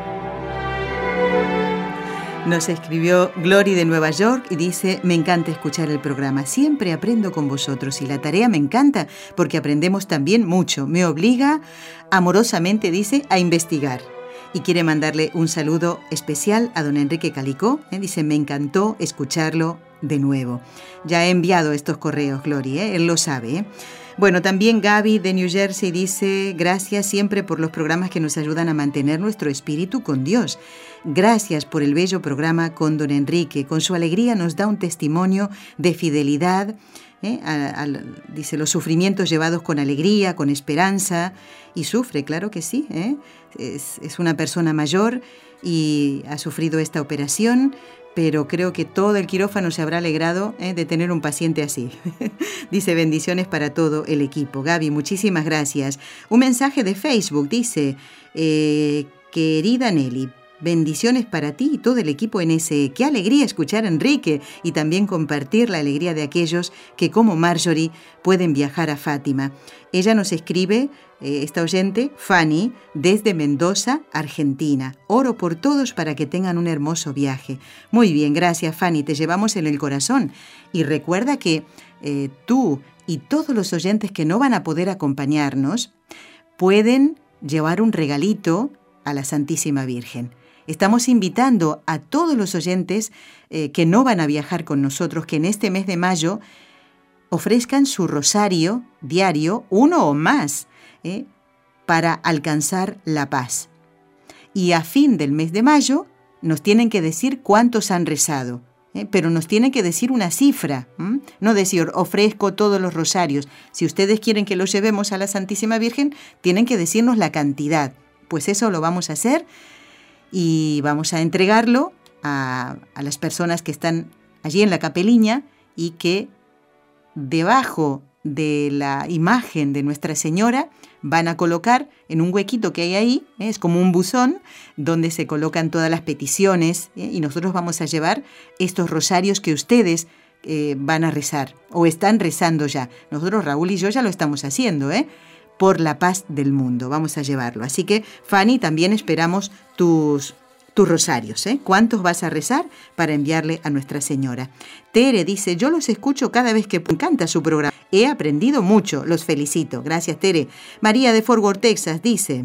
Nos escribió Glory de Nueva York y dice: me encanta escuchar el programa, siempre aprendo con vosotros y la tarea me encanta porque aprendemos también mucho. Me obliga amorosamente, dice, a investigar. Y quiere mandarle un saludo especial a don Enrique Calicó. ¿eh? Dice: me encantó escucharlo de nuevo. Ya he enviado estos correos, Glory, ¿eh? Él lo sabe, ¿eh? Bueno, también Gaby de New Jersey dice: gracias siempre por los programas que nos ayudan a mantener nuestro espíritu con Dios. Gracias por el bello programa con don Enrique. Con su alegría nos da un testimonio de fidelidad. ¿eh? A, a, dice: los sufrimientos llevados con alegría, con esperanza. Y sufre, claro que sí. ¿eh? Es, es una persona mayor y ha sufrido esta operación. Pero creo que todo el quirófano se habrá alegrado ¿eh? de tener un paciente así. Dice: bendiciones para todo el equipo. Gaby, muchísimas gracias. Un mensaje de Facebook dice: eh, querida Nelly, bendiciones para ti y todo el equipo N S E. Qué alegría escuchar a Enrique y también compartir la alegría de aquellos que, como Marjorie, pueden viajar a Fátima. Ella nos escribe, eh, esta oyente, Fanny, desde Mendoza, Argentina. Oro por todos para que tengan un hermoso viaje. Muy bien, gracias Fanny, te llevamos en el corazón. Y recuerda que eh, tú y todos los oyentes que no van a poder acompañarnos pueden llevar un regalito a la Santísima Virgen. Estamos invitando a todos los oyentes eh, que no van a viajar con nosotros, que en este mes de mayo ofrezcan su rosario diario, uno o más, eh, para alcanzar la paz. Y a fin del mes de mayo nos tienen que decir cuántos han rezado, eh, pero nos tienen que decir una cifra, ¿m? No decir ofrezco todos los rosarios. Si ustedes quieren que los llevemos a la Santísima Virgen, tienen que decirnos la cantidad. Pues eso lo vamos a hacer. Y vamos a entregarlo a, a las personas que están allí en la capeliña y que debajo de la imagen de Nuestra Señora van a colocar en un huequito que hay ahí, ¿eh? Es como un buzón donde se colocan todas las peticiones, ¿eh? Y nosotros vamos a llevar estos rosarios que ustedes eh, van a rezar o están rezando ya. Nosotros, Raúl y yo, ya lo estamos haciendo, ¿eh? Por la paz del mundo, vamos a llevarlo. Así que, Fanny, también esperamos tus, tus rosarios, ¿eh? ¿Cuántos vas a rezar para enviarle a Nuestra Señora? Tere dice: yo los escucho cada vez que me encanta su programa. He aprendido mucho, los felicito. Gracias, Tere. María de Fort Worth, Texas, dice: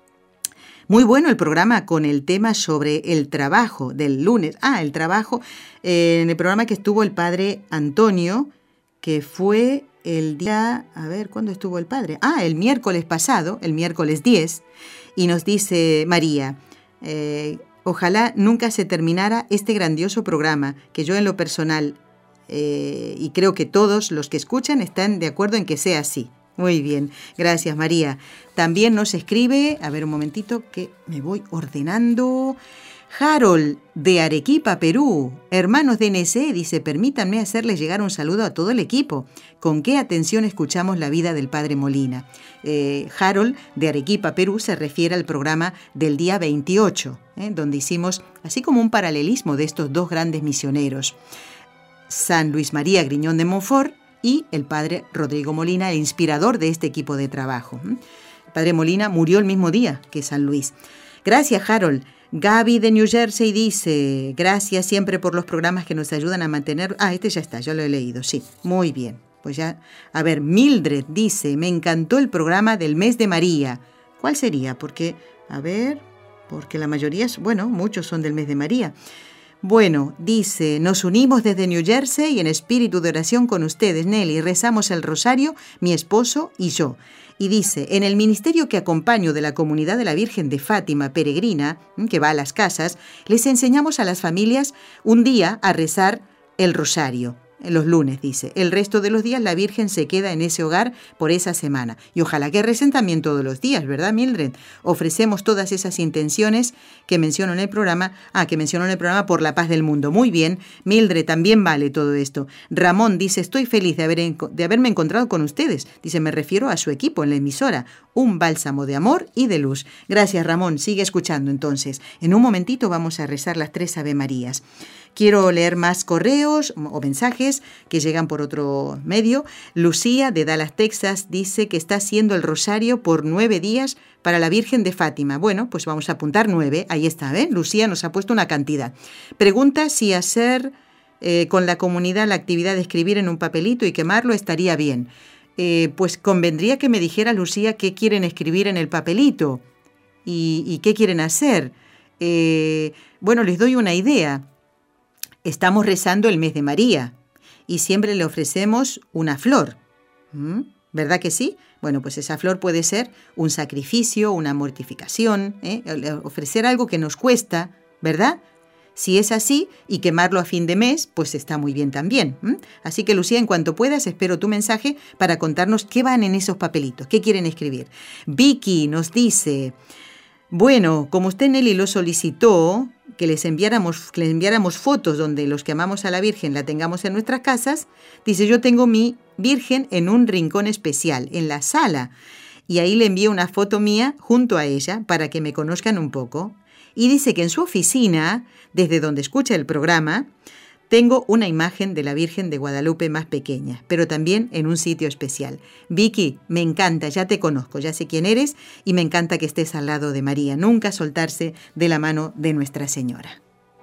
muy bueno el programa con el tema sobre el trabajo del lunes. Ah, el trabajo, eh, en el programa que estuvo el padre Antonio, que fue el día, a ver, ¿cuándo estuvo el padre? Ah, el miércoles pasado, el miércoles diez, y nos dice María, eh, ojalá nunca se terminara este grandioso programa, que yo en lo personal, eh, y creo que todos los que escuchan están de acuerdo en que sea así. Muy bien, gracias María. También nos escribe, a ver un momentito que me voy ordenando, Harold de Arequipa, Perú. Hermanos de N S E, dice: permítanme hacerles llegar un saludo a todo el equipo. Con qué atención escuchamos la vida del Padre Molina. Eh, Harold de Arequipa, Perú, se refiere al programa del día veintiocho, eh, donde hicimos así como un paralelismo de estos dos grandes misioneros, San Luis María Griñón de Montfort y el Padre Rodrigo Molina, el inspirador de este equipo de trabajo. El Padre Molina murió el mismo día que San Luis. Gracias, Harold. Gaby de New Jersey dice: gracias siempre por los programas que nos ayudan a mantener... Ah, este ya está, ya lo he leído, sí. Muy bien. Pues ya... A ver, Mildred dice: me encantó el programa del mes de María. ¿Cuál sería? Porque, a ver, porque la mayoría, bueno, muchos son del mes de María. Bueno, dice: nos unimos desde New Jersey en espíritu de oración con ustedes, Nelly. Rezamos el rosario, mi esposo y yo. Y dice: en el ministerio que acompaño de la comunidad de la Virgen de Fátima peregrina, que va a las casas, les enseñamos a las familias un día a rezar el rosario. los lunes, dice. El resto de los días la Virgen se queda en ese hogar por esa semana. Y ojalá que recen también todos los días, ¿verdad, Mildred? Ofrecemos todas esas intenciones que menciono en el programa. Ah, que menciono en el programa por la paz del mundo. Muy bien, Mildred, también vale todo esto. Ramón dice, estoy feliz de, haber, de haberme encontrado con ustedes. Dice, me refiero a su equipo en la emisora. Un bálsamo de amor y de luz. Gracias, Ramón. Sigue escuchando entonces. En un momentito vamos a rezar las tres Ave Marías. Quiero leer más correos o mensajes que llegan por otro medio. Lucía, de Dallas, Texas, dice que está haciendo el rosario por nueve días para la Virgen de Fátima. Bueno, pues vamos a apuntar nueve. Ahí está, ¿ven? Lucía nos ha puesto una cantidad. Pregunta si hacer eh, con la comunidad la actividad de escribir en un papelito y quemarlo estaría bien. Eh, pues convendría que me dijera, Lucía, qué quieren escribir en el papelito y, y qué quieren hacer. Eh, bueno, les doy una idea. Estamos rezando el mes de María y siempre le ofrecemos una flor, ¿Mm? ¿verdad que sí? Bueno, pues esa flor puede ser un sacrificio, una mortificación, ¿eh? ofrecer algo que nos cuesta, ¿verdad? Si es así y quemarlo a fin de mes, pues está muy bien también. ¿Mm? Así que, Lucía, en cuanto puedas, espero tu mensaje para contarnos qué van en esos papelitos, qué quieren escribir. Vicky nos dice, bueno, como usted, Nelly, lo solicitó, que les enviáramos, que les enviáramos fotos donde los que amamos a la Virgen la tengamos en nuestras casas, dice, yo tengo mi Virgen en un rincón especial, en la sala, y ahí le envío una foto mía junto a ella para que me conozcan un poco. Y dice que en su oficina, desde donde escucha el programa, tengo una imagen de la Virgen de Guadalupe más pequeña, pero también en un sitio especial. Vicky, me encanta, ya te conozco, ya sé quién eres y me encanta que estés al lado de María, nunca soltarse de la mano de Nuestra Señora.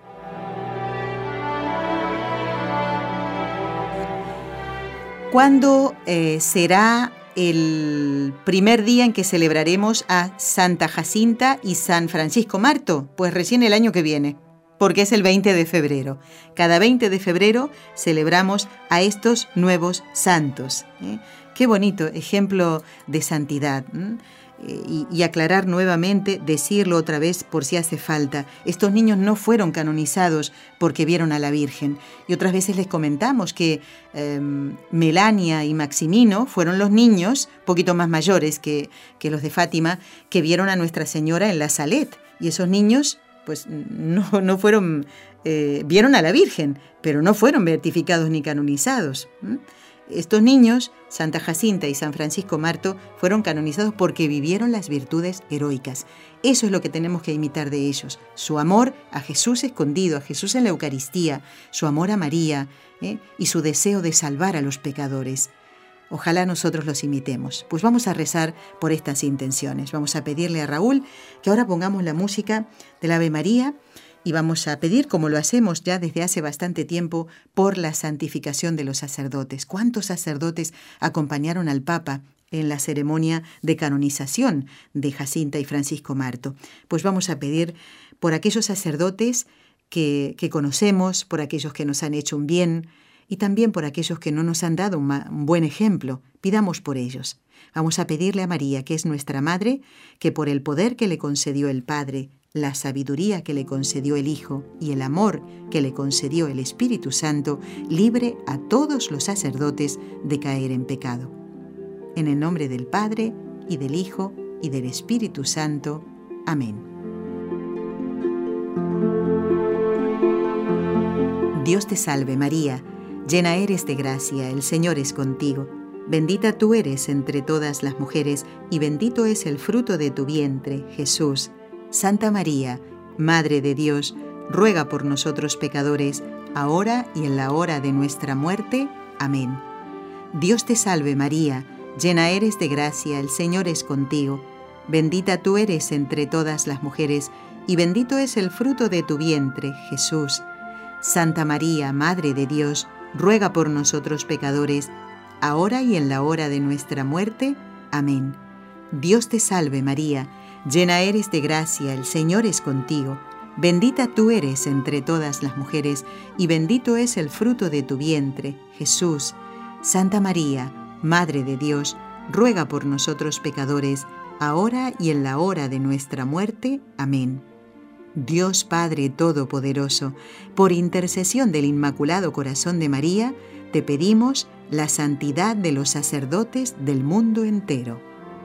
¿Cuándo eh, será el primer día en que celebraremos a Santa Jacinta y San Francisco Marto? Pues recién el año que viene, porque es el veinte de febrero. Cada veinte de febrero celebramos a estos nuevos santos. ¿eh? Qué bonito ejemplo de santidad. ¿eh? Y, y aclarar nuevamente, decirlo otra vez por si hace falta. Estos niños no fueron canonizados porque vieron a la Virgen. Y otras veces les comentamos que eh, Melania y Maximino fueron los niños, poquito más mayores que, que los de Fátima, que vieron a Nuestra Señora en la Salet. Y esos niños pues no, no fueron, eh, vieron a la Virgen, pero no fueron beatificados ni canonizados. ¿Mm? Estos niños, Santa Jacinta y San Francisco Marto, fueron canonizados porque vivieron las virtudes heroicas. Eso es lo que tenemos que imitar de ellos. Su amor a Jesús escondido, a Jesús en la Eucaristía, su amor a María, ¿eh? y su deseo de salvar a los pecadores. Ojalá nosotros los imitemos. Pues vamos a rezar por estas intenciones. Vamos a pedirle a Raúl que ahora pongamos la música del Ave María y vamos a pedir, como lo hacemos ya desde hace bastante tiempo, por la santificación de los sacerdotes. ¿Cuántos sacerdotes acompañaron al Papa en la ceremonia de canonización de Jacinta y Francisco Marto? Pues vamos a pedir por aquellos sacerdotes que, que conocemos, por aquellos que nos han hecho un bien, y también por aquellos que no nos han dado un, ma- un buen ejemplo. Pidamos por ellos. Vamos a pedirle a María, que es nuestra Madre, que por el poder que le concedió el Padre, la sabiduría que le concedió el Hijo y el amor que le concedió el Espíritu Santo, libre a todos los sacerdotes de caer en pecado. En el nombre del Padre, y del Hijo, y del Espíritu Santo. Amén. Dios te salve, María, llena eres de gracia, el Señor es contigo. Bendita tú eres entre todas las mujeres, y bendito es el fruto de tu vientre, Jesús. Santa María, Madre de Dios, ruega por nosotros pecadores, ahora y en la hora de nuestra muerte. Amén. Dios te salve, María, llena eres de gracia, el Señor es contigo. Bendita tú eres entre todas las mujeres, y bendito es el fruto de tu vientre, Jesús. Santa María, Madre de Dios, ruega por nosotros pecadores, ahora y en la hora de nuestra muerte. Amén. Dios te salve, María, llena eres de gracia, el Señor es contigo. Bendita tú eres entre todas las mujeres, y bendito es el fruto de tu vientre, Jesús. Santa María, Madre de Dios, ruega por nosotros pecadores, ahora y en la hora de nuestra muerte. Amén. Dios Padre Todopoderoso, por intercesión del Inmaculado Corazón de María, te pedimos la santidad de los sacerdotes del mundo entero.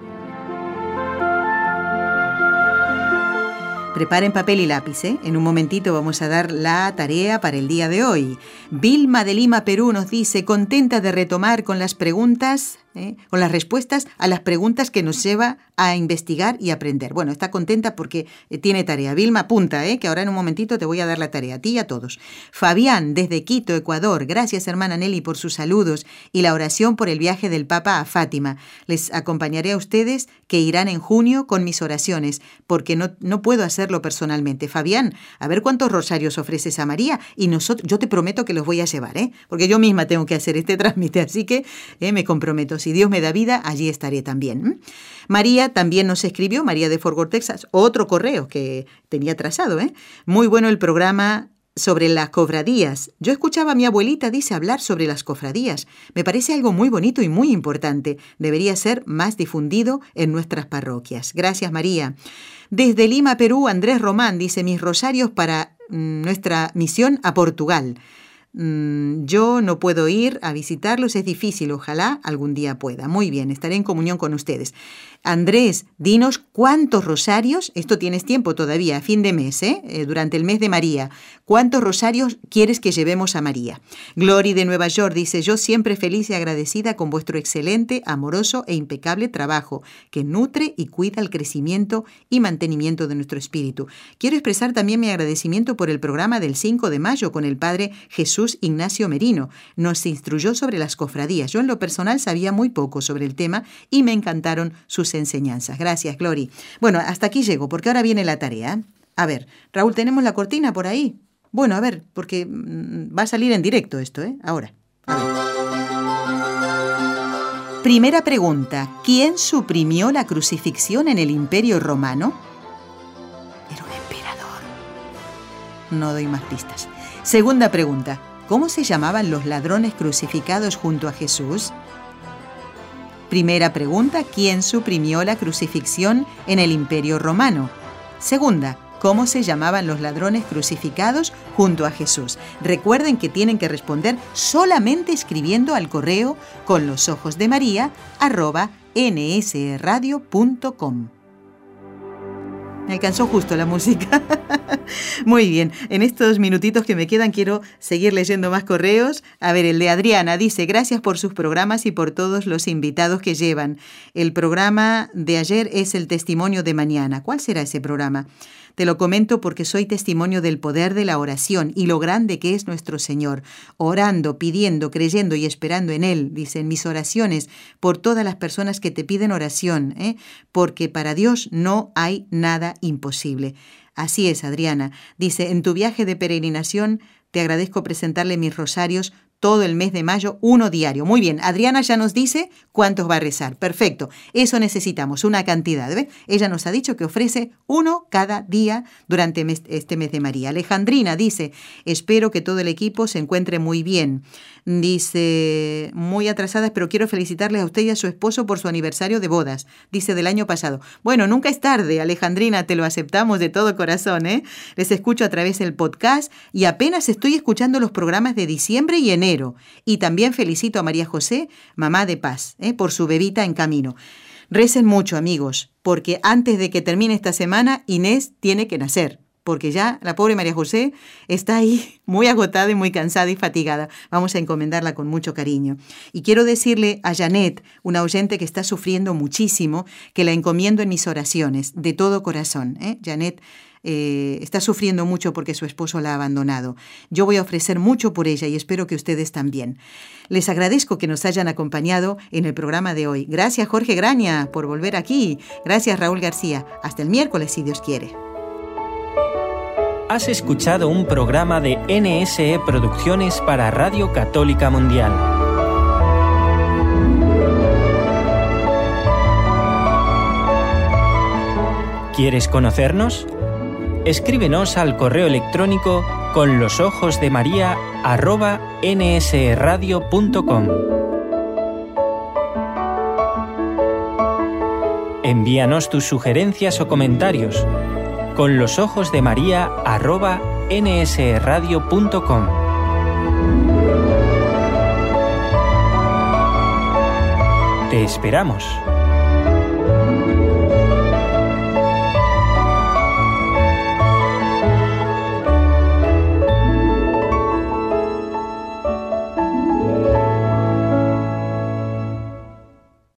Preparen papel y lápiz, ¿eh? En un momentito vamos a dar la tarea para el día de hoy. Vilma de Lima, Perú, nos dice, contenta de retomar con las preguntas, ¿eh? con las respuestas a las preguntas que nos lleva a investigar y aprender. Bueno, está contenta porque eh, tiene tarea. Vilma, apunta, ¿eh? que ahora en un momentito te voy a dar la tarea, a ti y a todos. Fabián, desde Quito, Ecuador. Gracias, hermana Nelly, por sus saludos y la oración por el viaje del Papa a Fátima. Les acompañaré a ustedes que irán en junio con mis oraciones, porque no, no puedo hacerlo personalmente. Fabián, a ver cuántos rosarios ofreces a María y nosotros, yo te prometo que los voy a llevar, ¿eh? porque yo misma tengo que hacer este trámite, así que eh, me comprometo. Si Dios me da vida, allí estaré también. ¿Mm? María también nos escribió, María de Fort Worth, Texas, otro correo que tenía trazado. ¿eh? Muy bueno el programa sobre las cofradías. Yo escuchaba a mi abuelita, dice, hablar sobre las cofradías. Me parece algo muy bonito y muy importante. Debería ser más difundido en nuestras parroquias. Gracias, María. Desde Lima, Perú, Andrés Román dice, mis rosarios para mm, nuestra misión a Portugal. Mm, yo no puedo ir a visitarlos, es difícil, ojalá algún día pueda. Muy bien, estaré en comunión con ustedes. Andrés, dinos cuántos rosarios, esto tienes tiempo todavía, a fin de mes, ¿eh? Eh, durante el mes de María, ¿cuántos rosarios quieres que llevemos a María? Glory de Nueva York dice, yo siempre feliz y agradecida con vuestro excelente, amoroso e impecable trabajo que nutre y cuida el crecimiento y mantenimiento de nuestro espíritu. Quiero expresar también mi agradecimiento por el programa del cinco de mayo con el padre Jesús Ignacio Merino. Nos instruyó sobre las cofradías. Yo en lo personal sabía muy poco sobre el tema y me encantaron sus enseñanzas. Gracias, Glory. Bueno, hasta aquí llego, porque ahora viene la tarea. A ver, Raúl, ¿tenemos la cortina por ahí? Bueno, a ver, porque mmm, va a salir en directo esto, ¿eh? Ahora. A ver. Primera pregunta. ¿Quién suprimió la crucifixión en el Imperio Romano? Era un emperador. No doy más pistas. Segunda pregunta. ¿Cómo se llamaban los ladrones crucificados junto a Jesús? Primera pregunta, ¿quién suprimió la crucifixión en el Imperio Romano? Segunda, ¿cómo se llamaban los ladrones crucificados junto a Jesús? Recuerden que tienen que responder solamente escribiendo al correo con los ojos de María arroba n s radio punto com. Me alcanzó justo la música. Muy bien, en estos minutitos que me quedan quiero seguir leyendo más correos. A ver, el de Adriana dice, gracias por sus programas y por todos los invitados que llevan. El programa de ayer es el testimonio de mañana. ¿Cuál será ese programa? Te lo comento porque soy testimonio del poder de la oración y lo grande que es nuestro Señor. Orando, pidiendo, creyendo y esperando en Él, dicen mis oraciones por todas las personas que te piden oración, ¿eh? porque para Dios no hay nada imposible. Así es, Adriana. Dice, en tu viaje de peregrinación te agradezco presentarle mis rosarios todo el mes de mayo, uno diario. Muy bien, Adriana ya nos dice cuántos va a rezar. Perfecto, eso necesitamos, una cantidad. ¿Ves? Ella nos ha dicho que ofrece uno cada día durante mes, este mes de María. Alejandrina dice, espero que todo el equipo se encuentre muy bien. Dice, muy atrasadas, pero quiero felicitarles a usted y a su esposo por su aniversario de bodas. Dice, del año pasado. Bueno, nunca es tarde, Alejandrina, te lo aceptamos de todo corazón, ¿eh? Les escucho a través del podcast y apenas estoy escuchando los programas de diciembre y enero. Y también felicito a María José, mamá de Paz, ¿eh? por su bebita en camino. Recen mucho, amigos, porque antes de que termine esta semana, Inés tiene que nacer. Porque ya la pobre María José está ahí muy agotada y muy cansada y fatigada. Vamos a encomendarla con mucho cariño. Y quiero decirle a Janet, una oyente que está sufriendo muchísimo, que la encomiendo en mis oraciones, de todo corazón. ¿eh? Janet eh, está sufriendo mucho porque su esposo la ha abandonado. Yo voy a ofrecer mucho por ella y espero que ustedes también. Les agradezco que nos hayan acompañado en el programa de hoy. Gracias, Jorge Graña, por volver aquí. Gracias, Raúl García. Hasta el miércoles, si Dios quiere. Has escuchado un programa de N S E Producciones para Radio Católica Mundial. ¿Quieres conocernos? Escríbenos al correo electrónico con los ojos de María arroba n s e radio punto com. Envíanos tus sugerencias o comentarios. con los ojos de María arroba nsradio punto com. Te esperamos.